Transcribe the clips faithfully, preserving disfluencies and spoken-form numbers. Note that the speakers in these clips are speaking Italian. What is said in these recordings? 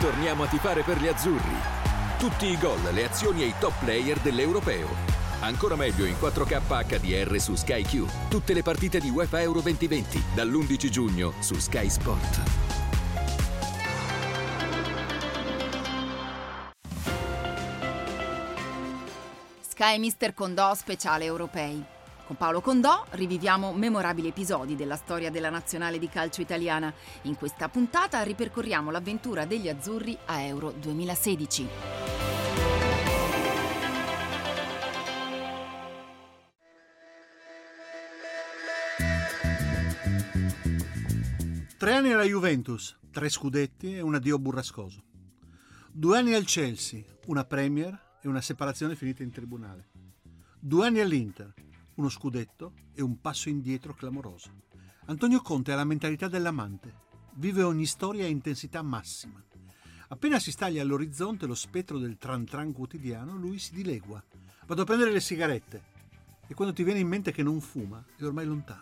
Torniamo a tifare per gli azzurri. Tutti i gol, le azioni e i top player dell'Europeo. Ancora meglio in quattro K H D R su Sky Q. Tutte le partite di UEFA Euro duemilaventi dall'undici giugno su Sky Sport. Sky Mister Condò speciale europei. Con Paolo Condò riviviamo memorabili episodi della storia della nazionale di calcio italiana. In questa puntata ripercorriamo l'avventura degli azzurri a Euro duemilasedici. Tre anni alla Juventus, tre scudetti e un addio burrascoso. Due anni al Chelsea, una Premier e una separazione finita in tribunale. Due anni all'Inter, uno scudetto e un passo indietro clamoroso. Antonio Conte ha la mentalità dell'amante. Vive ogni storia a intensità massima. Appena si staglia all'orizzonte lo spettro del tran tran quotidiano, lui si dilegua. Vado a prendere le sigarette. E quando ti viene in mente che non fuma, è ormai lontano.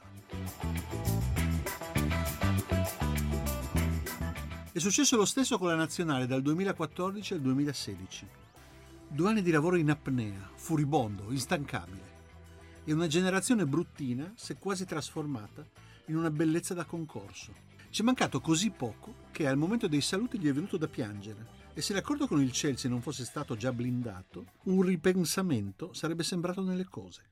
È successo lo stesso con la nazionale dal duemilaquattordici al duemilasedici. Due anni di lavoro in apnea, furibondo, instancabile. E una generazione bruttina si è quasi trasformata in una bellezza da concorso. Ci è mancato così poco che al momento dei saluti gli è venuto da piangere. E se l'accordo con il Chelsea non fosse stato già blindato, un ripensamento sarebbe sembrato nelle cose.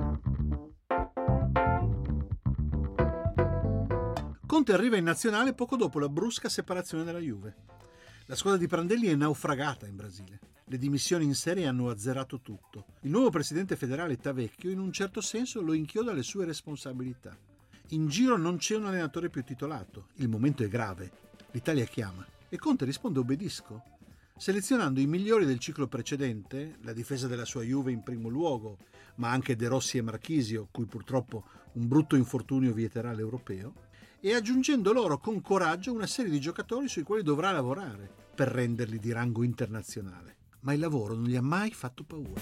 Conte arriva in nazionale poco dopo la brusca separazione dalla Juve. La squadra di Prandelli è naufragata in Brasile. Le dimissioni in serie hanno azzerato tutto. Il nuovo presidente federale Tavecchio in un certo senso lo inchioda alle sue responsabilità. In giro non c'è un allenatore più titolato. Il momento è grave. L'Italia chiama. E Conte risponde obbedisco. Selezionando i migliori del ciclo precedente, la difesa della sua Juve in primo luogo, ma anche De Rossi e Marchisio, cui purtroppo un brutto infortunio vieterà l'europeo, e aggiungendo loro con coraggio una serie di giocatori sui quali dovrà lavorare per renderli di rango internazionale. Ma il lavoro non gli ha mai fatto paura.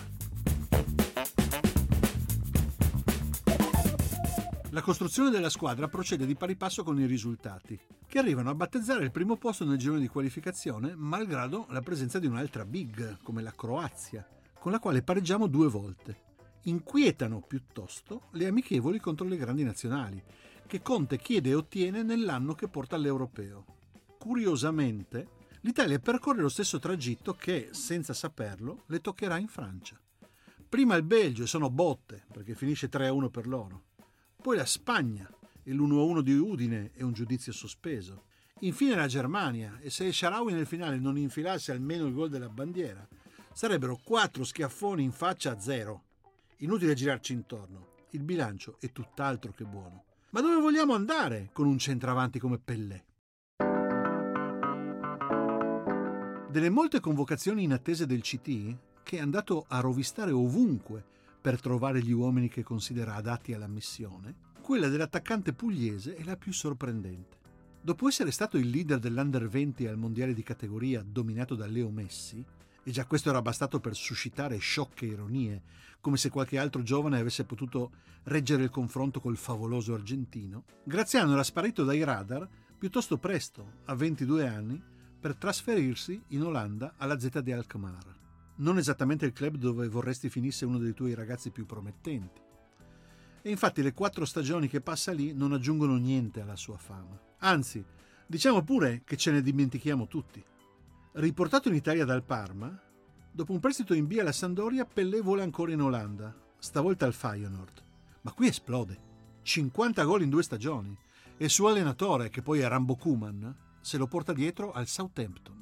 La costruzione della squadra procede di pari passo con i risultati, che arrivano a battezzare il primo posto nel girone di qualificazione, malgrado la presenza di un'altra big, come la Croazia, con la quale pareggiamo due volte. Inquietano piuttosto le amichevoli contro le grandi nazionali, che Conte chiede e ottiene nell'anno che porta all'Europeo. Curiosamente, l'Italia percorre lo stesso tragitto che, senza saperlo, le toccherà in Francia. Prima il Belgio e sono botte, perché finisce tre a uno per loro. Poi la Spagna e l'uno a uno di Udine e un giudizio sospeso. Infine la Germania, e se Shaarawy nel finale non infilasse almeno il gol della bandiera, sarebbero quattro schiaffoni in faccia a zero. Inutile girarci intorno, il bilancio è tutt'altro che buono. Ma dove vogliamo andare con un centravanti come Pellè? Delle molte convocazioni inattese del C T, che è andato a rovistare ovunque per trovare gli uomini che considera adatti alla missione, quella dell'attaccante pugliese è la più sorprendente. Dopo essere stato il leader dell'Under venti al mondiale di categoria dominato da Leo Messi, e già questo era bastato per suscitare sciocche ironie, come se qualche altro giovane avesse potuto reggere il confronto col favoloso argentino, Graziano era sparito dai radar piuttosto presto, a ventidue anni, per trasferirsi in Olanda alla Z D Alkmaar. Non esattamente il club dove vorresti finisse uno dei tuoi ragazzi più promettenti. E infatti le quattro stagioni che passa lì non aggiungono niente alla sua fama. Anzi, diciamo pure che ce ne dimentichiamo tutti. Riportato in Italia dal Parma, dopo un prestito in B alla Sampdoria, Pellè vola ancora in Olanda, stavolta al Feyenoord. Ma qui esplode. cinquanta gol in due stagioni. E il suo allenatore, che poi è Rambo Koeman, se lo porta dietro al Southampton.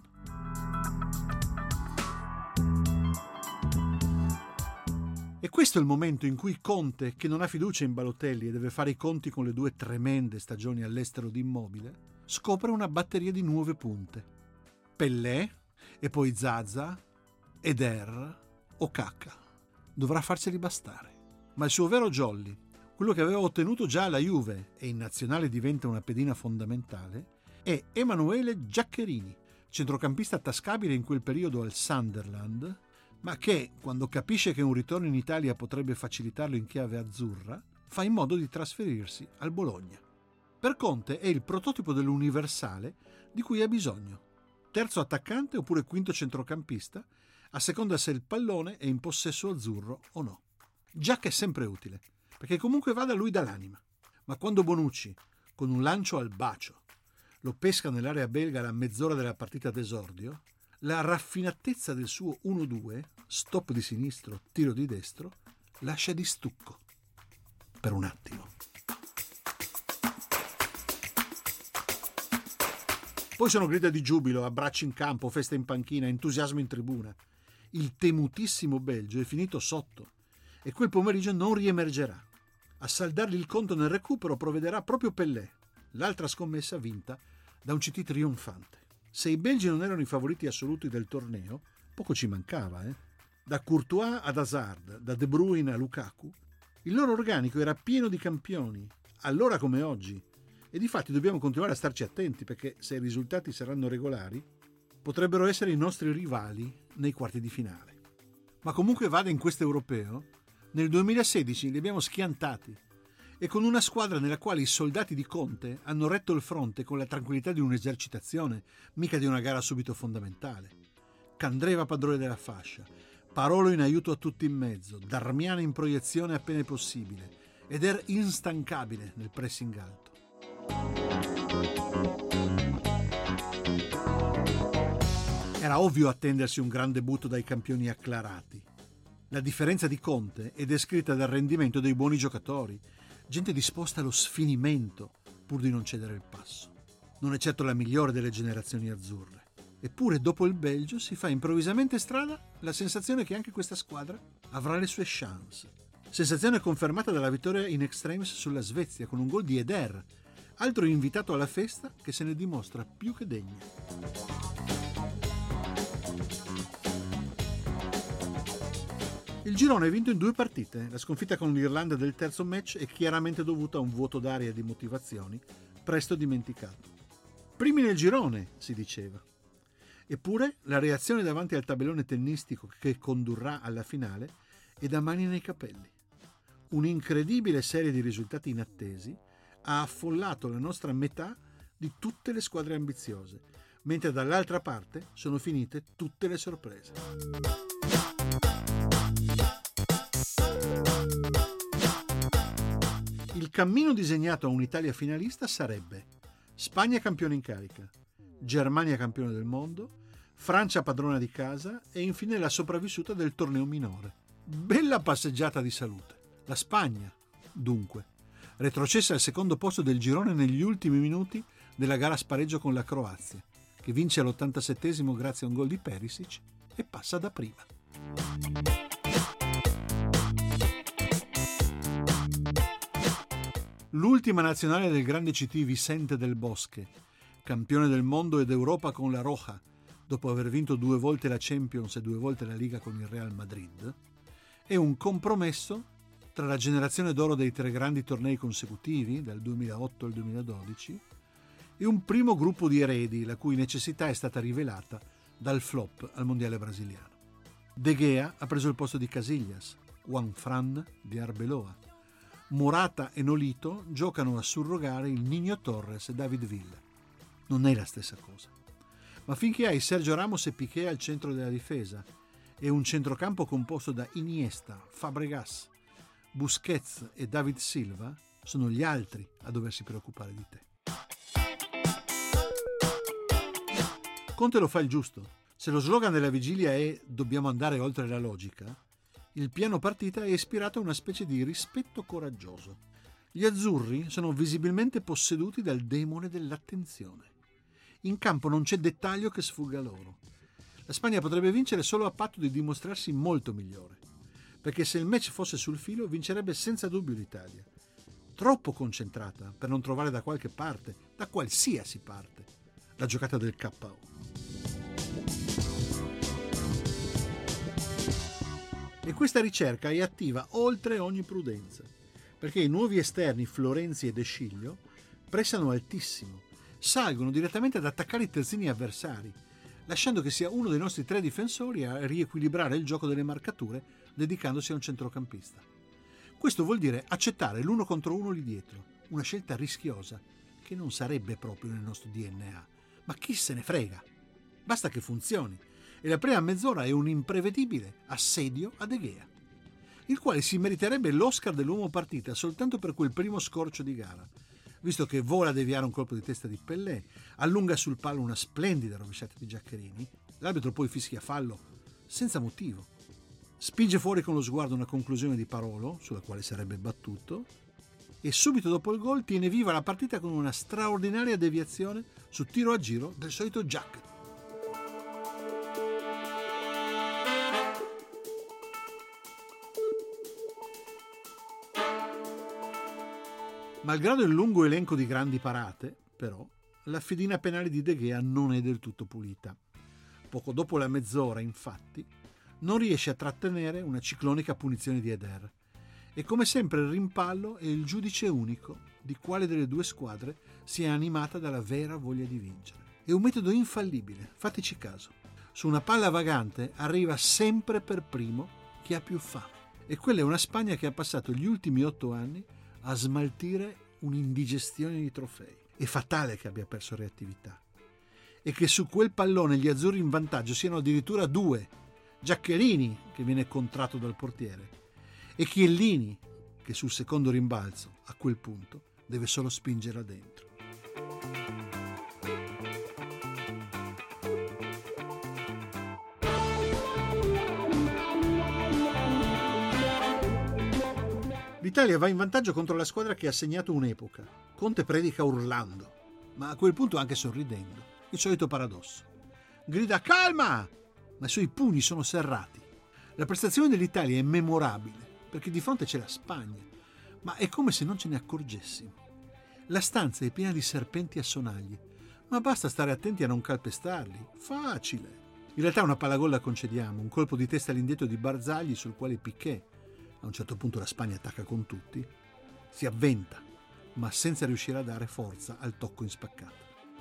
E questo è il momento in cui Conte, che non ha fiducia in Balotelli e deve fare i conti con le due tremende stagioni all'estero di Immobile, scopre una batteria di nuove punte. Pellè, e poi Zaza, Eder o Cacca. Dovrà farseli bastare. Ma il suo vero jolly, quello che aveva ottenuto già alla Juve e in nazionale diventa una pedina fondamentale, è Emanuele Giaccherini, centrocampista tascabile in quel periodo al Sunderland, ma che, quando capisce che un ritorno in Italia potrebbe facilitarlo in chiave azzurra, fa in modo di trasferirsi al Bologna. Per Conte è il prototipo dell'universale di cui ha bisogno. terzo attaccante oppure quinto centrocampista, a seconda se il pallone è in possesso azzurro o no. Già che è sempre utile, perché comunque vada lui dall'anima. Ma quando Bonucci, con un lancio al bacio, lo pesca nell'area belga alla mezz'ora della partita d'esordio, la raffinatezza del suo uno due, stop di sinistro, tiro di destro, lascia di stucco. Per un attimo. Poi sono grida di giubilo, abbracci in campo, festa in panchina, entusiasmo in tribuna. Il temutissimo Belgio è finito sotto e quel pomeriggio non riemergerà. A saldargli il conto nel recupero provvederà proprio Pellè, l'altra scommessa vinta da un C T trionfante. Se i belgi non erano i favoriti assoluti del torneo, poco ci mancava, eh? Da Courtois ad Hazard, da De Bruyne a Lukaku, il loro organico era pieno di campioni, allora come oggi. E difatti dobbiamo continuare a starci attenti, perché se i risultati saranno regolari, potrebbero essere i nostri rivali nei quarti di finale. Ma comunque vada in questo europeo, nel duemilasedici li abbiamo schiantati e con una squadra nella quale i soldati di Conte hanno retto il fronte con la tranquillità di un'esercitazione, mica di una gara subito fondamentale. Candreva padrone della fascia, Parolo in aiuto a tutti in mezzo, Darmian in proiezione appena è possibile ed Er instancabile nel pressing alto. Era ovvio attendersi un gran debutto dai campioni acclarati. La differenza di Conte è descritta dal rendimento dei buoni giocatori, gente disposta allo sfinimento pur di non cedere il passo. Non è certo la migliore delle generazioni azzurre. Eppure dopo il Belgio si fa improvvisamente strada la sensazione che anche questa squadra avrà le sue chance. Sensazione confermata dalla vittoria in extremis sulla Svezia con un gol di Eder, altro invitato alla festa che se ne dimostra più che degno. Il girone è vinto in due partite. La sconfitta con l'Irlanda del terzo match è chiaramente dovuta a un vuoto d'aria e di motivazioni presto dimenticato. Primi nel girone, si diceva. Eppure la reazione davanti al tabellone tennistico che condurrà alla finale è da mani nei capelli. Un'incredibile serie di risultati inattesi ha affollato la nostra metà di tutte le squadre ambiziose, mentre dall'altra parte sono finite tutte le sorprese. Il cammino disegnato a un'Italia finalista sarebbe Spagna campione in carica, Germania campione del mondo, Francia padrona di casa e infine la sopravvissuta del torneo minore. Bella passeggiata di salute. La Spagna, dunque, retrocessa al secondo posto del girone negli ultimi minuti della gara a spareggio con la Croazia, che vince all'ottantasettesimo grazie a un gol di Perisic e passa da prima. L'ultima nazionale del grande C T Vicente del Bosque, campione del mondo ed Europa con la Roja, dopo aver vinto due volte la Champions e due volte la Liga con il Real Madrid, è un compromesso tra la generazione d'oro dei tre grandi tornei consecutivi, dal duemilaotto al duemiladodici, e un primo gruppo di eredi, la cui necessità è stata rivelata dal flop al mondiale brasiliano. De Gea ha preso il posto di Casillas, Juan Fran di Arbeloa. Morata e Nolito giocano a surrogare il Niño Torres e David Villa. Non è la stessa cosa. Ma finché hai Sergio Ramos e Piqué al centro della difesa e un centrocampo composto da Iniesta, Fabregas, Busquets e David Silva, sono gli altri a doversi preoccupare di te. Conte lo fa il giusto. Se lo slogan della vigilia è «dobbiamo andare oltre la logica», il piano partita è ispirato a una specie di rispetto coraggioso. Gli azzurri sono visibilmente posseduti dal demone dell'attenzione. In campo non c'è dettaglio che sfugga loro. La Spagna potrebbe vincere solo a patto di dimostrarsi molto migliore, perché se il match fosse sul filo vincerebbe senza dubbio l'Italia. Troppo concentrata per non trovare da qualche parte, da qualsiasi parte, la giocata del K O. E questa ricerca è attiva oltre ogni prudenza, perché i nuovi esterni Florenzi e De Sciglio pressano altissimo, salgono direttamente ad attaccare i terzini avversari, lasciando che sia uno dei nostri tre difensori a riequilibrare il gioco delle marcature dedicandosi a un centrocampista. Questo vuol dire accettare l'uno contro uno lì dietro, una scelta rischiosa che non sarebbe proprio nel nostro D N A, ma chi se ne frega? Basta che funzioni. E la prima mezz'ora è un imprevedibile assedio a De Gea, il quale si meriterebbe l'Oscar dell'uomo partita soltanto per quel primo scorcio di gara, visto che vola a deviare un colpo di testa di Pellè, allunga sul palo una splendida rovesciata di Giaccherini, l'arbitro poi fischia fallo senza motivo, spinge fuori con lo sguardo una conclusione di Parolo, sulla quale sarebbe battuto, e subito dopo il gol tiene viva la partita con una straordinaria deviazione su tiro a giro del solito Giac. Malgrado il lungo elenco di grandi parate, però, la fedina penale di De Gea non è del tutto pulita. Poco dopo la mezz'ora, infatti, non riesce a trattenere una ciclonica punizione di Eder. E come sempre il rimpallo è il giudice unico di quale delle due squadre sia animata dalla vera voglia di vincere. È un metodo infallibile, fateci caso. Su una palla vagante arriva sempre per primo chi ha più fame. E quella è una Spagna che ha passato gli ultimi otto anni a smaltire un'indigestione di trofei. È fatale che abbia perso reattività e che su quel pallone gli azzurri in vantaggio siano addirittura due: Giaccherini, che viene contratto dal portiere, e Chiellini, che sul secondo rimbalzo a quel punto deve solo spingerla dentro. L'Italia va in vantaggio contro la squadra che ha segnato un'epoca. Conte predica urlando, ma a quel punto anche sorridendo. Il solito paradosso. Grida calma, ma i suoi pugni sono serrati. La prestazione dell'Italia è memorabile, perché di fronte c'è la Spagna, ma è come se non ce ne accorgessimo. La stanza è piena di serpenti a sonagli, ma basta stare attenti a non calpestarli. Facile. In realtà una palla gol la concediamo, un colpo di testa all'indietro di Barzagli sul quale Piqué, a un certo punto la Spagna attacca con tutti, si avventa, ma senza riuscire a dare forza al tocco in spaccata.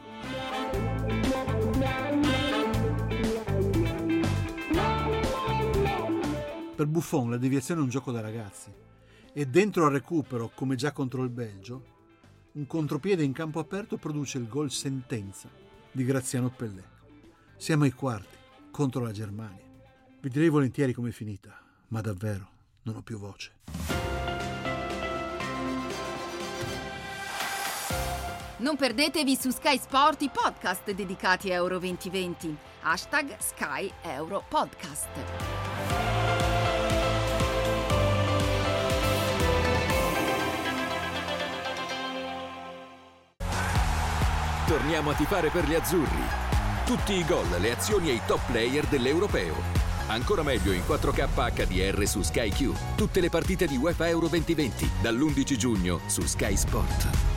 Per Buffon la deviazione è un gioco da ragazzi e dentro al recupero, come già contro il Belgio, un contropiede in campo aperto produce il gol sentenza di Graziano Pellè. Siamo ai quarti contro la Germania. Vi direi volentieri com'è finita, ma davvero non ho più voce. Non perdetevi su Sky Sport i podcast dedicati a Euro duemilaventi. Hashtag Sky Euro Podcast. Torniamo a tifare per gli azzurri. Tutti i gol, le azioni e i top player dell'Europeo. Ancora meglio in quattro K H D R su Sky Q. Tutte le partite di UEFA Euro duemilaventi dall'undici giugno su Sky Sport.